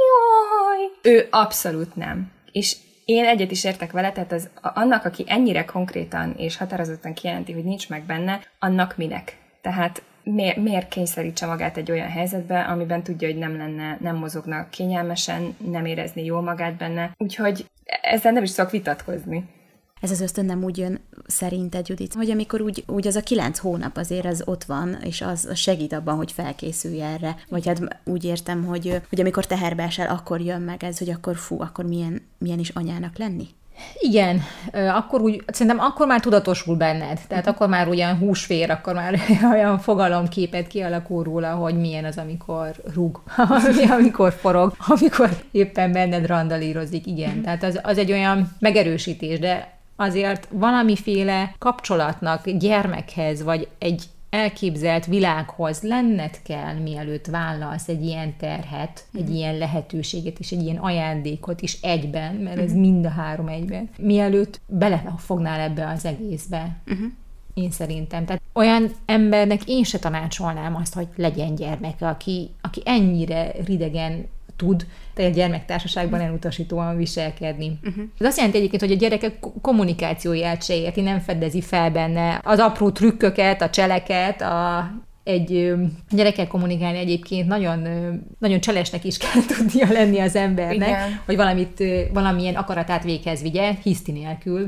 Jaj! Ő abszolút nem. És én egyet is értek vele, tehát az, annak, aki ennyire konkrétan és határozottan kijelenti, hogy nincs meg benne, annak minek? Tehát miért, miért kényszerítse magát egy olyan helyzetbe, amiben tudja, hogy nem lenne, nem mozogna kényelmesen, nem érezni jól magát benne. Úgyhogy ezzel nem is szok vitatkozni. Ez az ösztön nem úgy jön szerinted, Judit, hogy amikor úgy, úgy az a kilenc hónap azért az ott van, és az segít abban, hogy felkészülj erre. Vagy hát úgy értem, hogy, hogy amikor teherbe esel, akkor jön meg ez, hogy akkor fú, akkor milyen, milyen is anyának lenni? Igen, akkor úgy, szerintem akkor már tudatosul benned, tehát akkor már ugyan húsvér, akkor már olyan fogalomképet kialakul róla, hogy milyen az, amikor rúg, amikor forog, amikor éppen benned randalírozik, igen. Tehát az, az egy olyan megerősítés, de azért valamiféle kapcsolatnak gyermekhez, vagy egy elképzelt világhoz lenned kell, mielőtt vállalsz egy ilyen terhet, egy uh-huh. ilyen lehetőséget és egy ilyen ajándékot is egyben, mert ez uh-huh. mind a három egyben, mielőtt belefognál ebbe az egészbe. Uh-huh. Én szerintem. Tehát olyan embernek én se tanácsolnám azt, hogy legyen gyermeke, aki, aki ennyire ridegen tud te egy gyermektársaságban elutasítóan viselkedni. Uh-huh. Ez azt jelenti egyébként, hogy a gyerekek kommunikációját se érti, nem fedezi fel benne az apró trükköket, a cseleket, a egy gyerekkel kommunikálni egyébként nagyon, nagyon cselesnek is kell tudnia lenni az embernek, igen. Hogy valamit, valamilyen akaratát véghez vigye, hiszti nélkül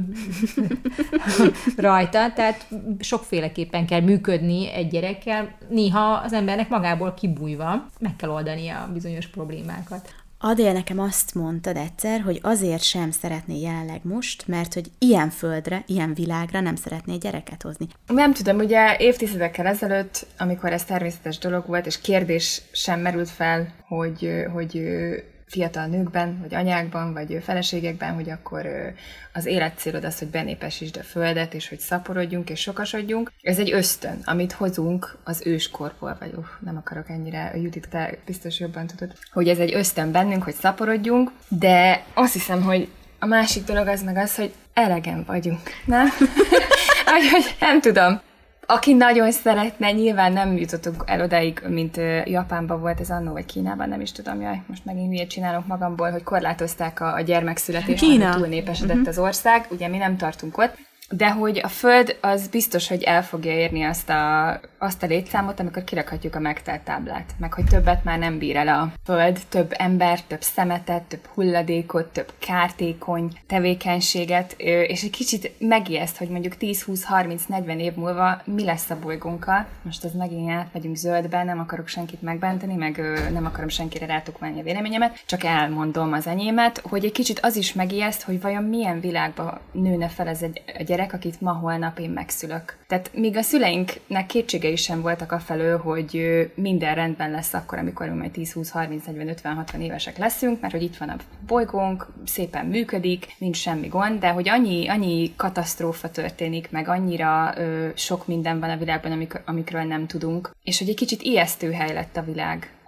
rajta, tehát sokféleképpen kell működni egy gyerekkel, néha az embernek magából kibújva meg kell oldania a bizonyos problémákat. Adél, nekem azt mondtad egyszer, hogy azért sem szeretné jelenleg most, mert hogy ilyen földre, ilyen világra nem szeretné gyereket hozni. Nem tudom, ugye évtizedekkel ezelőtt, amikor ez természetes dolog volt, és kérdés sem merült fel, hogy, hogy fiatal nőkben, vagy anyákban, vagy feleségekben, hogy akkor az életcélod az, hogy benépesítsd a földet, és hogy szaporodjunk, és sokasodjunk. Ez egy ösztön, amit hozunk az őskorból, vagy uh, nem akarok ennyire, Judit, te biztos jobban tudod, hogy ez egy ösztön bennünk, hogy szaporodjunk, de azt hiszem, hogy a másik dolog az meg az, hogy elegen vagyunk, nem? Hogy nem tudom. Aki nagyon szeretne, nyilván nem jutottunk el odáig, mint Japánban volt ez annó, vagy Kínában, nem is tudom, jaj, most megint miért csinálok magamból, hogy korlátozták a, a gyermekszületést, hogy túlnépesedett uh-huh. az ország, ugye mi nem tartunk ott, de hogy a Föld az biztos, hogy el fogja érni azt a, azt a létszámot, amikor kirakhatjuk a megtelt táblát, meg hogy többet már nem bír el a Föld, több ember, több szemetet, több hulladékot, több kártékony tevékenységet, és egy kicsit megijeszt, hogy mondjuk tíz, húsz, harminc, negyven év múlva mi lesz a bolygónkkal. Most ez megint átmegyünk zöldbe, nem akarok senkit megbántani, meg nem akarom senkire rátukmálni a véleményemet, csak elmondom az enyémet, hogy egy kicsit az is megijeszt, hogy vajon milyen világba nőne fel ez egy a gyerek, akit ma holnap én megszülök. Tehát míg a szüleinknek kétségei sem voltak afelől, hogy minden rendben lesz akkor, amikor mi majd tíz, húsz, harminc, negyven, ötven, hatvan évesek leszünk, mert hogy itt van a bolygónk, szépen működik, nincs semmi gond, de hogy annyi, annyi katasztrófa történik, meg annyira ö, sok minden van a világban, amik, amikről nem tudunk, és hogy egy kicsit ijesztő hely lett a világ.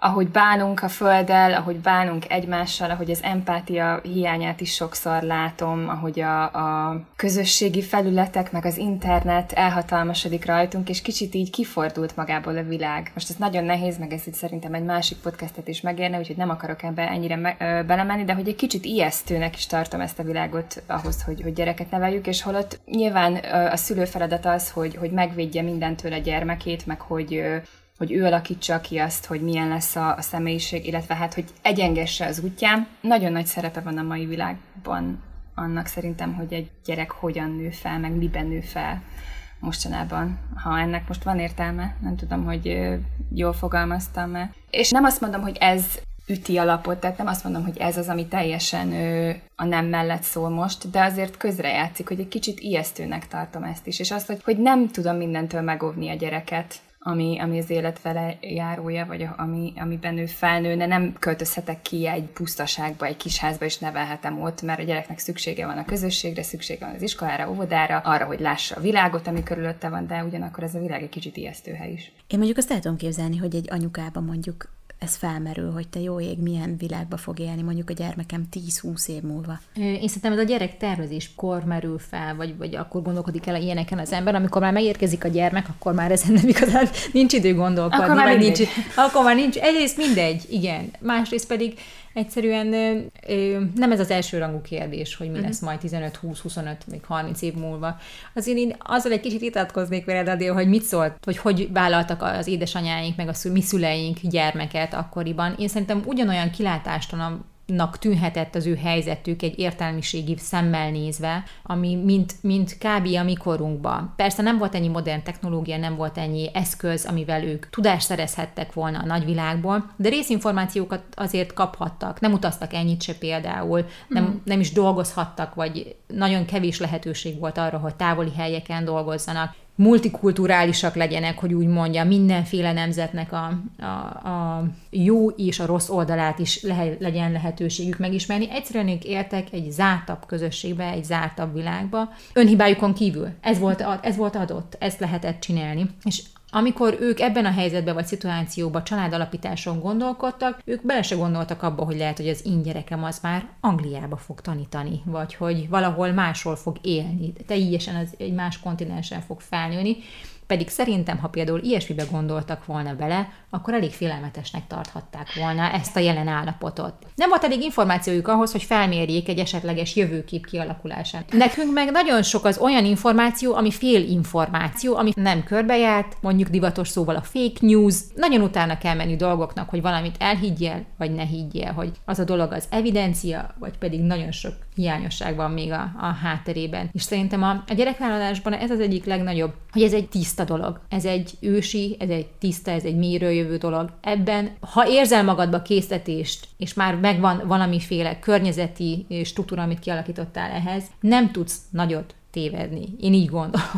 ahogy bánunk a földdel, ahogy bánunk egymással, ahogy az empátia hiányát is sokszor látom, ahogy a, a közösségi felületek, meg az internet elhatalmasodik rajtunk, és kicsit így kifordult magából a világ. Most ez nagyon nehéz, meg ez itt szerintem egy másik podcastet is megérne, úgyhogy nem akarok ebbe ennyire me- ö, belemenni, de hogy egy kicsit ijesztőnek is tartom ezt a világot ahhoz, hogy, hogy gyereket neveljük, és holott nyilván ö, a szülő feladat az, hogy, hogy megvédje mindentől a gyermekét, meg hogy ö, hogy ő alakítsa ki azt, hogy milyen lesz a, a személyiség, illetve hát, hogy egyengesse az útján. Nagyon nagy szerepe van a mai világban annak szerintem, hogy egy gyerek hogyan nő fel, meg miben nő fel mostanában. Ha ennek most van értelme, nem tudom, hogy jól fogalmaztam-e. És nem azt mondom, hogy ez üti alapot, tehát nem azt mondom, hogy ez az, ami teljesen a nem mellett szól most, de azért közrejátszik, hogy egy kicsit ijesztőnek tartom ezt is, és azt, hogy, hogy nem tudom mindentől megóvni a gyereket, Ami, ami az élet vele járója, vagy ami, amiben ő felnőne, nem költözhetek ki egy pusztaságba, egy kis házba, és nevelhetem ott, mert a gyereknek szüksége van a közösségre, szüksége van az iskolára, óvodára, arra, hogy lássa a világot, ami körülötte van, de ugyanakkor ez a világ egy kicsit ijesztő hely is. Én mondjuk azt el tudom képzelni, hogy egy anyukában mondjuk ez felmerül, hogy te jó ég, milyen világba fog élni mondjuk a gyermekem tíz-húsz év múlva. Én szerintem ez a gyerek tervezéskor merül fel, vagy, vagy akkor gondolkodik el ilyeneken az ember, amikor már megérkezik a gyermek, akkor már ezen nem igazán nincs idő gondolkodni. Akkor már, nincs, akkor már nincs, egyrészt mindegy, igen. Másrészt pedig egyszerűen ö, nem ez az elsőrangú kérdés, hogy mi uh-huh. lesz majd tizenöt, húsz, huszonöt, még harminc év múlva. Azért én azzal egy kicsit vitatkoznék veled, Adél, hogy mit szólt, vagy hogy vállaltak az édesanyáink, meg a szü- mi szüleink gyermeket akkoriban. Én szerintem ugyanolyan kilátástalannak tűnhetett az ő helyzetük egy értelmiségi szemmel nézve, ami mint, mint kb. A mi korunkban. Persze nem volt ennyi modern technológia, nem volt ennyi eszköz, amivel ők tudást szerezhettek volna a nagyvilágból, de részinformációkat azért kaphattak. Nem utaztak ennyit se például, nem, mm. nem is dolgozhattak, vagy nagyon kevés lehetőség volt arra, hogy távoli helyeken dolgozzanak. Multikulturálisak legyenek, hogy úgy mondja, mindenféle nemzetnek a, a, a jó és a rossz oldalát is le, legyen lehetőségük megismerni. Egyszerűen ők éltek egy zártabb közösségbe, egy zártabb világba, önhibájukon kívül. Ez volt, ez volt adott, ezt lehetett csinálni. És amikor ők ebben a helyzetben vagy szituációban családalapításon gondolkodtak, ők bele se gondoltak abba, hogy lehet, hogy az én gyerekem az már Angliába fog tanítani, vagy hogy valahol máshol fog élni, teljesen az egy más kontinensen fog felnőni. Pedig szerintem, ha például ilyesmibe gondoltak volna bele, akkor elég félelmetesnek tarthatták volna ezt a jelen állapotot. Nem volt elég információjuk ahhoz, hogy felmérjék egy esetleges jövőkép kialakulását. Nekünk meg nagyon sok az olyan információ, ami félinformáció, ami nem körbejárt, mondjuk divatos szóval a fake news. Nagyon utána kell menni dolgoknak, hogy valamit elhiggyél, vagy ne higgyél, hogy az a dolog az evidencia, vagy pedig nagyon sok hiányosság van még a, a hátterében. És szerintem a, a gyerekvállalásban ez az egyik legnagyobb, hogy ez egy tiszta dolog. Ez egy ősi, ez egy tiszta, ez egy mélyről jövő dolog. Ebben, ha érzel magadba késztetést, és már megvan valamiféle környezeti struktúra, amit kialakítottál ehhez, nem tudsz nagyot tévedni. Én így gondolom.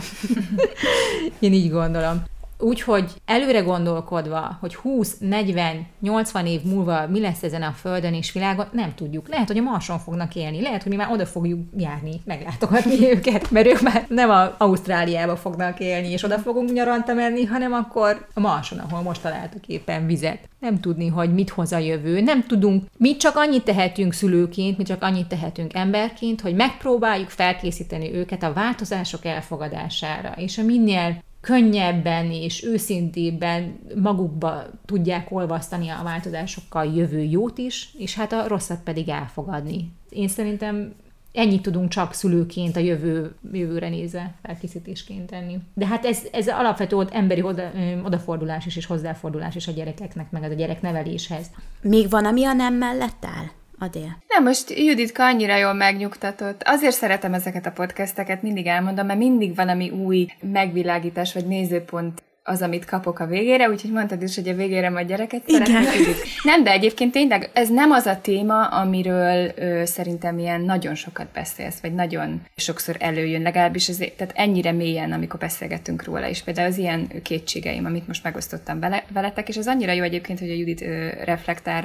Én így gondolom. Úgyhogy előre gondolkodva, hogy húsz, negyven, nyolcvan év múlva mi lesz ezen a földön és világon, nem tudjuk. Lehet, hogy a Marson fognak élni, lehet, hogy mi már oda fogjuk járni, meglátogatni őket, mert ők már nem az Ausztráliába fognak élni, és oda fogunk nyaranta menni, hanem akkor a Marson, ahol most találtuk éppen vizet. Nem tudni, hogy mit hoz a jövő, nem tudunk, mi csak annyit tehetünk szülőként, mi csak annyit tehetünk emberként, hogy megpróbáljuk felkészíteni őket a változások elfogadására, és a minél könnyebben és őszintébben magukba tudják olvasztani a változásokkal jövő jót is, és hát a rosszat pedig elfogadni. Én szerintem ennyit tudunk csak szülőként a jövő, jövőre nézve felkészítésként tenni. De hát ez, ez alapvető emberi oda, odafordulás is, és hozzáfordulás is a gyerekeknek, meg az a gyerekneveléshez. Még van, ami a nem mellett áll? Adél. Nem, most Juditka annyira jól megnyugtatott. Azért szeretem ezeket a podcasteket, mindig elmondom, mert mindig valami új megvilágítás vagy nézőpont az, amit kapok a végére, úgyhogy mondtad is, hogy a végére majd gyereket szeretnék. Nem, de egyébként tényleg ez nem az a téma, amiről ö, szerintem ilyen nagyon sokat beszélsz, vagy nagyon sokszor előjön, legalábbis ez, tehát ennyire mélyen, amikor beszélgettünk róla, és például az ilyen kétségeim, amit most megosztottam vele, veletek, és az annyira jó egyébként, hogy a Judit ö, reflektál rá,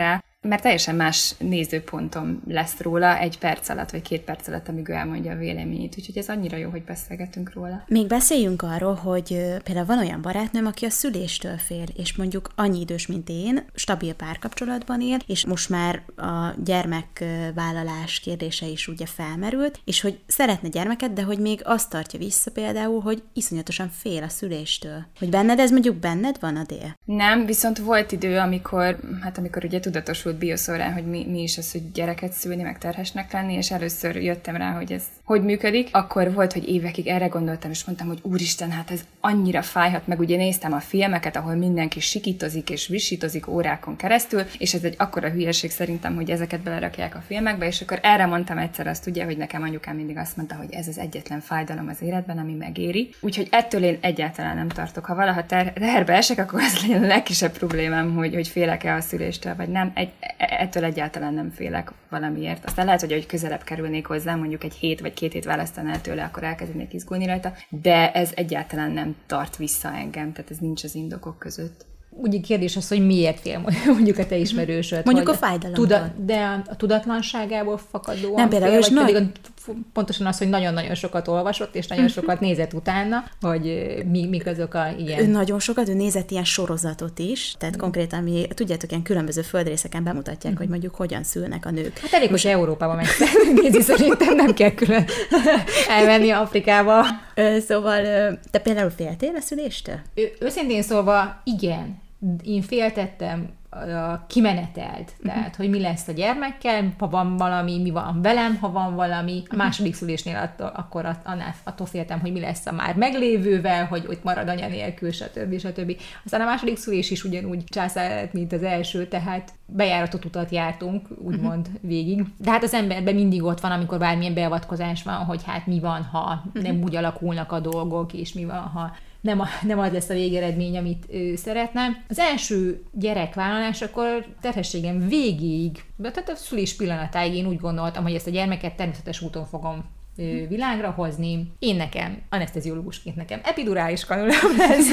mert teljesen más nézőpontom lesz róla egy perc alatt, vagy két perc alatt, amíg ő elmondja a véleményét. Úgyhogy ez annyira jó, hogy beszélgetünk róla. Még beszéljünk arról, hogy például van olyan barátnőm, aki a szüléstől fél, és mondjuk annyi idős, mint én, stabil párkapcsolatban él, és most már a gyermekvállalás kérdése is ugye felmerült, és hogy szeretne gyermeket, de hogy még azt tartja vissza például, hogy iszonyatosan fél a szüléstől. Hogy benned ez mondjuk benned van, Adél? Nem, viszont volt idő, amikor, hát amikor ugye tudatosult bioszórán, hogy mi, mi is az, hogy gyereket szülni, meg terhesnek lenni, és először jöttem rá, hogy ez hogy működik, akkor volt, hogy évekig erre gondoltam, és mondtam, hogy úristen, hát ez annyira fájhat, meg ugye néztem a filmeket, ahol mindenki sikítozik és visítozik órákon keresztül, és ez egy akkora hülyeség szerintem, hogy ezeket belerakják a filmekbe, és akkor erre mondtam egyszer azt ugye, hogy nekem anyukám mindig azt mondta, hogy ez az egyetlen fájdalom az életben, ami megéri. Úgyhogy ettől én egyáltalán nem tartok. Ha valaha ter- terbe esek, akkor az legyen a legkisebb problémám, hogy, hogy félek-e a szüléstől, vagy nem. Egy, ettől egyáltalán nem félek valamiért. Aztán lehet, hogy hogy közelebb kerülnék hozzá, mondjuk egy hét vagy két hét választanál tőle, akkor elkezdenék izgulni rajta, de ez egyáltalán nem tart vissza engem, tehát ez nincs az indokok között. Ugye kérdés az, hogy miért fél mondjuk a te ismerősöd. Mondjuk a fájdalomtól. Tuda- de a tudatlanságából fakadóan nem, például fél, vagy nagy... pedig a, pontosan az, hogy nagyon-nagyon sokat olvasott, és nagyon sokat nézett utána, hogy mi, mik azok a ilyen... Ő nagyon sokat, ő nézett ilyen sorozatot is, tehát mm. konkrétan mi, tudjátok, ilyen különböző földrészeken bemutatják, mm. hogy mondjuk hogyan szülnek a nők. Hát elég, most Európában megnézi, szerintem nem kell külön elmenni Afrikába. Szóval, te például féltél a szüléstől? Őszintén szólva, igen. Én féltettem a kimenetelt, tehát, hogy mi lesz a gyermekkel, ha van valami, mi van velem, ha van valami. A második szülésnél attól, akkor annál, attól féltem, hogy mi lesz a már meglévővel, hogy ott marad anya nélkül, stb. stb. Aztán a második szülés is ugyanúgy császár lett, mint az első, tehát bejáratott utat jártunk, úgymond végig. De hát az emberben mindig ott van, amikor bármilyen beavatkozás van, hogy hát mi van, ha nem úgy alakulnak a dolgok, és mi van, ha nem, a, nem az lesz a végeredmény, amit ő szeretne. Az első gyerekvállalás, akkor terhességem végéig, tehát a szülés pillanatáig én úgy gondoltam, hogy ezt a gyermeket természetes úton fogom ő, világra hozni. Én nekem, aneszteziológusként nekem epidurális kanulám lesz.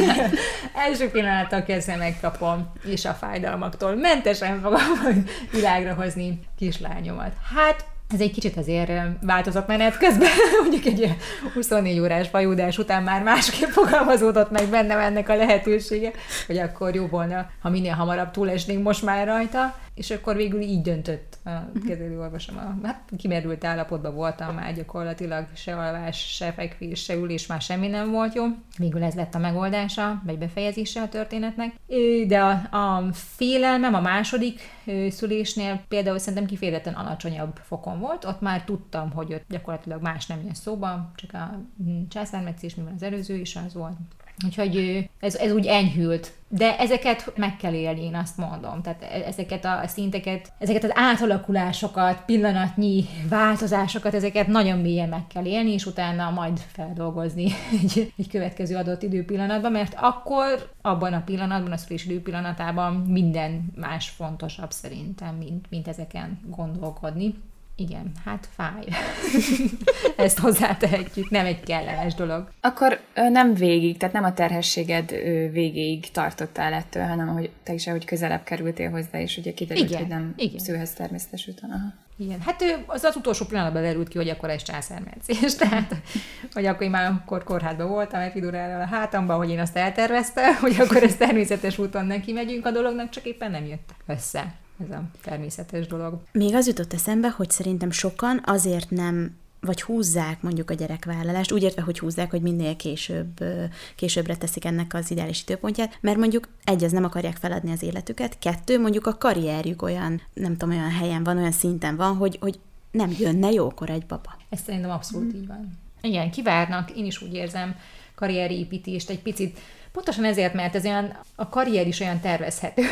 Első pillanattól kezdve megkapom, és a fájdalmaktól mentesen fogom világra hozni kislányomat. Hát, ez egy kicsit azért változott menet közben, mondjuk egy huszonnégy órás fajúdás után már másképp fogalmazódott meg bennem ennek a lehetősége, hogy akkor jó volna, ha minél hamarabb túlesnénk most már rajta, és akkor végül így döntött a kezelőorvosom. Hát kimerült állapotban voltam már gyakorlatilag, se alvás, se fekvés, se ülés, már semmi nem volt jó. Végül ez lett a megoldása, vagy befejezése a történetnek. De a, a félelmem a második szülésnél például szerintem kifejezetten alacsonyabb fokon volt. Ott már tudtam, hogy ott gyakorlatilag más nem jön szóba, csak a császármetszés, mivel az előző is az volt. Úgyhogy ez, ez úgy enyhült. De ezeket meg kell élni, én azt mondom. Tehát ezeket a szinteket, ezeket az átalakulásokat, pillanatnyi változásokat, ezeket nagyon mélyen meg kell élni, és utána majd feldolgozni egy, egy következő adott időpillanatban, mert akkor abban a pillanatban, a szülés időpillanatában minden más fontosabb szerintem, mint, mint ezeken gondolkodni. Igen, hát fáj. Ezt hozzátehetjük, nem egy kellemes dolog. Akkor nem végig, tehát nem a terhességed végéig tartottál ettől, hanem hogy te is ahogy közelebb kerültél hozzá, és ugye kiderült, igen, hogy nem igen. szülhetsz természetes úton. Aha. Igen, hát az az utolsó pillanatban derült ki, hogy akkor ez császármetszés, tehát hogy akkor én már akkor kórházban voltam, epidurálral a hátamban, hogy én azt elterveztem, hogy akkor ez természetes úton neki megyünk a dolognak, csak éppen nem jött össze. Ez a természetes dolog. Még az jutott eszembe, hogy szerintem sokan azért nem, vagy húzzák mondjuk a gyerekvállalást, úgy értve, hogy húzzák, hogy minél később, későbbre teszik ennek az ideális időpontját, mert mondjuk egy, az nem akarják feladni az életüket, kettő, mondjuk a karrierjük olyan, nem tudom, olyan helyen van, olyan szinten van, hogy, hogy nem jönne jókor egy baba. Ez szerintem abszolút így van. Igen, kivárnak, én is úgy érzem, karrierépítést egy picit. Pontosan ezért, mert ez olyan, a karrier is olyan tervezhető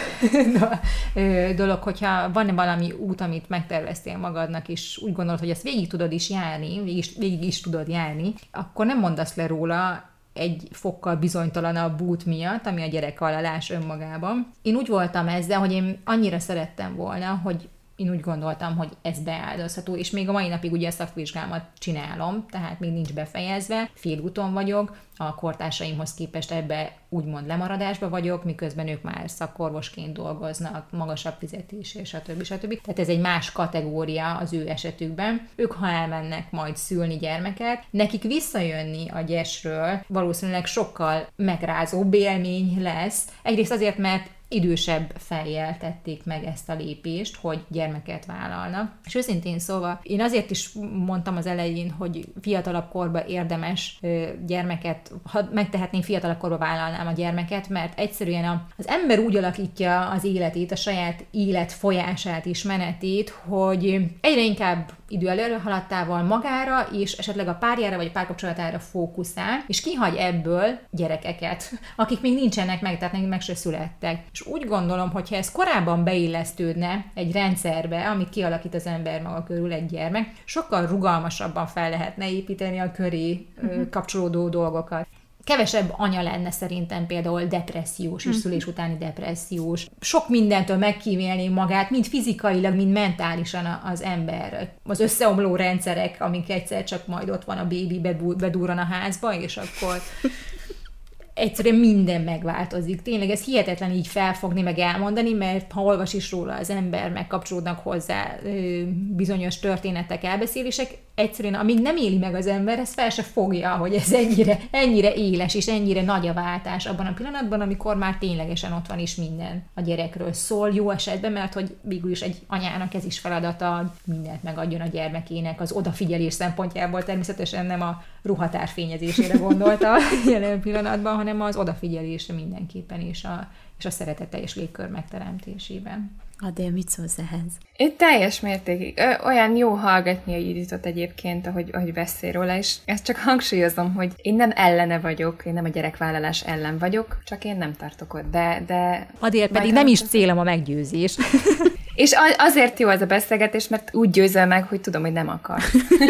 dolog, hogyha van valami út, amit megterveztél magadnak, és úgy gondolod, hogy ezt végig tudod is járni, végig is, végig is tudod járni, akkor nem mondasz le róla egy fokkal bizonytalanabb út miatt, ami a gyerekvállalás önmagában. Én úgy voltam ezzel, hogy én annyira szerettem volna, hogy én úgy gondoltam, hogy ez beáldozható, és még a mai napig ugye a szakvizsgámat csinálom, tehát még nincs befejezve, félúton vagyok, a kortársaimhoz képest ebbe úgymond lemaradásba vagyok, miközben ők már szakorvosként dolgoznak, magasabb fizetésért, stb. stb. Tehát ez egy más kategória az ő esetükben. Ők, ha elmennek majd szülni gyermeket, nekik visszajönni a gyesről valószínűleg sokkal megrázóbb élmény lesz. Egyrészt azért, mert idősebb fejjel tették meg ezt a lépést, hogy gyermeket vállalnak. És őszintén szóval én azért is mondtam az elején, hogy fiatalabb korban érdemes gyermeket, ha megtehetném, fiatalabb korban vállalnám a gyermeket, mert egyszerűen az ember úgy alakítja az életét, a saját élet folyását és menetét, hogy egyre inkább idő előre haladtával magára, és esetleg a párjára vagy a párkapcsolatára fókuszál, és kihagy ebből gyerekeket, akik még nincsenek meg, tehát még meg se születtek. És úgy gondolom, hogyha ez korábban beillesztődne egy rendszerbe, amit kialakít az ember maga körül egy gyermek, sokkal rugalmasabban fel lehetne építeni a köré uh-huh. kapcsolódó dolgokat. Kevesebb anya lenne szerintem például depressziós és szülés utáni depressziós. Sok mindentől megkímélné magát, mind fizikailag, mind mentálisan az ember. Az összeomló rendszerek, amik egyszer csak majd ott van a bébi, bedurran a házba, és akkor egyszerűen minden megváltozik. Tényleg ez hihetetlen így felfogni, meg elmondani, mert ha olvas is róla az ember, meg kapcsolódnak hozzá ö, bizonyos történetek, elbeszélések, egyszerűen amíg nem éli meg az ember, ez fel se fogja, hogy ez ennyire, ennyire éles és ennyire nagy a váltás abban a pillanatban, amikor már ténylegesen ott van is minden a gyerekről szól, jó esetben, mert hogy végül is egy anyának ez is feladata, mindent megadjon a gyermekének, az odafigyelés szempontjából természetesen nem a ruhatár fényezésére gondolta jelen pillanatban, hanem az odafigyelésre mindenképpen, és a, és a szeretetteljes légkör megteremtésében. Adél, mit szólsz ehhez? Én teljes mértékig. Ö, olyan jó hallgatni a Juditot egyébként, ahogy, ahogy beszél róla, és ezt csak hangsúlyozom, hogy én nem ellene vagyok, én nem a gyerekvállalás ellen vagyok, csak én nem tartok ott, de... de Adél, pedig nem is célom a meggyőzés. És azért jó az a beszélgetés, mert úgy győzöl meg, hogy tudom, hogy nem akar.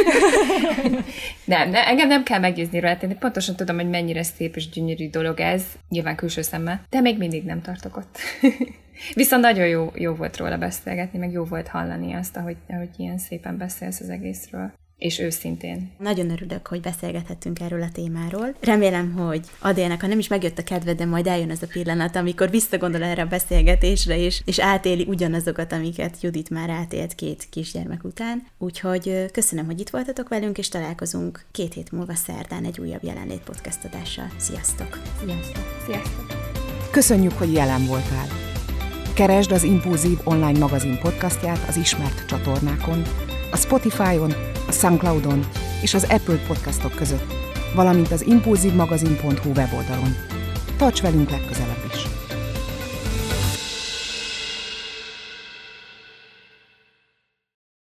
nem, ne, engem nem kell meggyőzni róla, én pontosan tudom, hogy mennyire szép és gyönyörű dolog ez, nyilván külső szemmel, de még mindig nem tartok ott. Viszont nagyon jó, jó volt róla beszélgetni, meg jó volt hallani azt, ahogy, ahogy ilyen szépen beszélsz az egészről. És őszintén. Nagyon örülök, hogy beszélgethettünk erről a témáról. Remélem, hogy Adélnek, ha nem is megjött a kedved, de majd eljön az a pillanat, amikor visszagondol erre a beszélgetésre, és, és átéli ugyanazokat, amiket Judit már átélt két kisgyermek után. Úgyhogy köszönöm, hogy itt voltatok velünk, és találkozunk két hét múlva szerdán egy újabb Jelenlét podcast adással. Sziasztok! Sziasztok! Sziasztok! Köszönjük, hogy jelen voltál! Keresd az Impulzív online magazin podcastját az ismert csatornákon, a Spotify-on, a SoundCloud-on és az Apple podcastok között, valamint az impulzívmagazin pont hu weboldalon. Tarts velünk legközelebb!